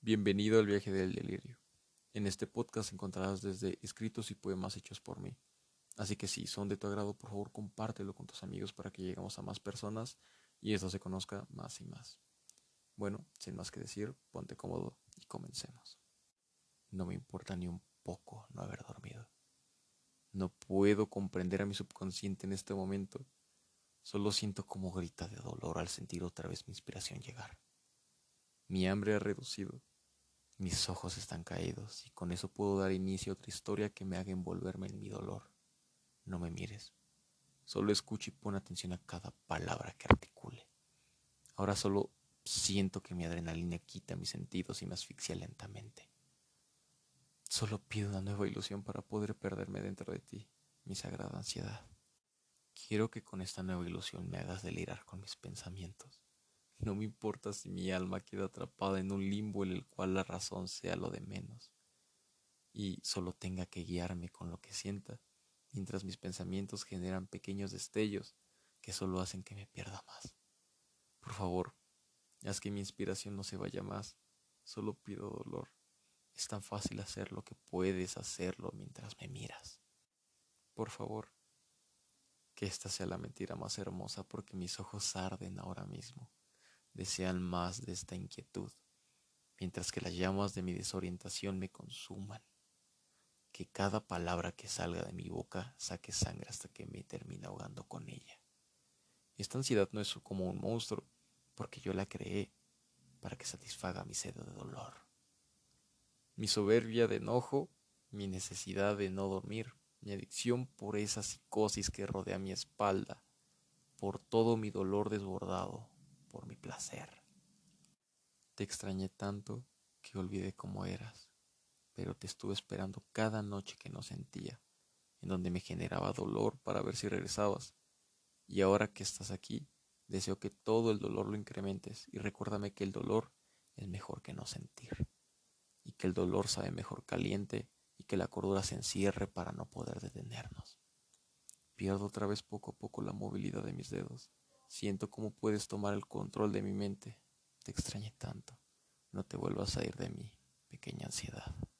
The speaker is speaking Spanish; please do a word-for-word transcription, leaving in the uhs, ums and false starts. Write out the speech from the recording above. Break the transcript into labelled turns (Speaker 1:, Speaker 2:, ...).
Speaker 1: Bienvenido al viaje del delirio. En este podcast encontrarás desde escritos y poemas hechos por mí. Así que si son de tu agrado, por favor compártelo con tus amigos para que lleguemos a más personas y esto se conozca más y más. Bueno, sin más que decir, ponte cómodo y comencemos. No me importa ni un poco no haber dormido. No puedo comprender a mi subconsciente en este momento. Solo siento como grita de dolor al sentir otra vez mi inspiración llegar. Mi hambre ha reducido. Mis ojos están caídos y con eso puedo dar inicio a otra historia que me haga envolverme en mi dolor. No me mires, solo escucha y pon atención a cada palabra que articule. Ahora solo siento que mi adrenalina quita mis sentidos y me asfixia lentamente. Solo pido una nueva ilusión para poder perderme dentro de ti, mi sagrada ansiedad. Quiero que con esta nueva ilusión me hagas delirar con mis pensamientos. No me importa si mi alma queda atrapada en un limbo en el cual la razón sea lo de menos y solo tenga que guiarme con lo que sienta, mientras mis pensamientos generan pequeños destellos que solo hacen que me pierda más. Por favor, haz que mi inspiración no se vaya más, solo pido dolor. Es tan fácil hacerlo que puedes hacerlo mientras me miras. Por favor, que esta sea la mentira más hermosa porque mis ojos arden ahora mismo, desean más de esta inquietud, mientras que las llamas de mi desorientación me consuman. Que cada palabra que salga de mi boca saque sangre hasta que me termine ahogando con ella. Esta ansiedad no es como un monstruo, porque yo la creé para que satisfaga mi sed de dolor. Mi soberbia de enojo, mi necesidad de no dormir, mi adicción por esa psicosis que rodea mi espalda, por todo mi dolor desbordado, por mi placer. Te extrañé tanto que olvidé cómo eras, pero te estuve esperando cada noche que no sentía, en donde me generaba dolor para ver si regresabas. Y ahora que estás aquí, deseo que todo el dolor lo incrementes y recuérdame que el dolor es mejor que no sentir, y que el dolor sabe mejor caliente y que la cordura se encierre para no poder detenernos. Pierdo otra vez poco a poco la movilidad de mis dedos. Siento cómo puedes tomar el control de mi mente. Te extrañé tanto. No te vuelvas a ir de mí, pequeña ansiedad.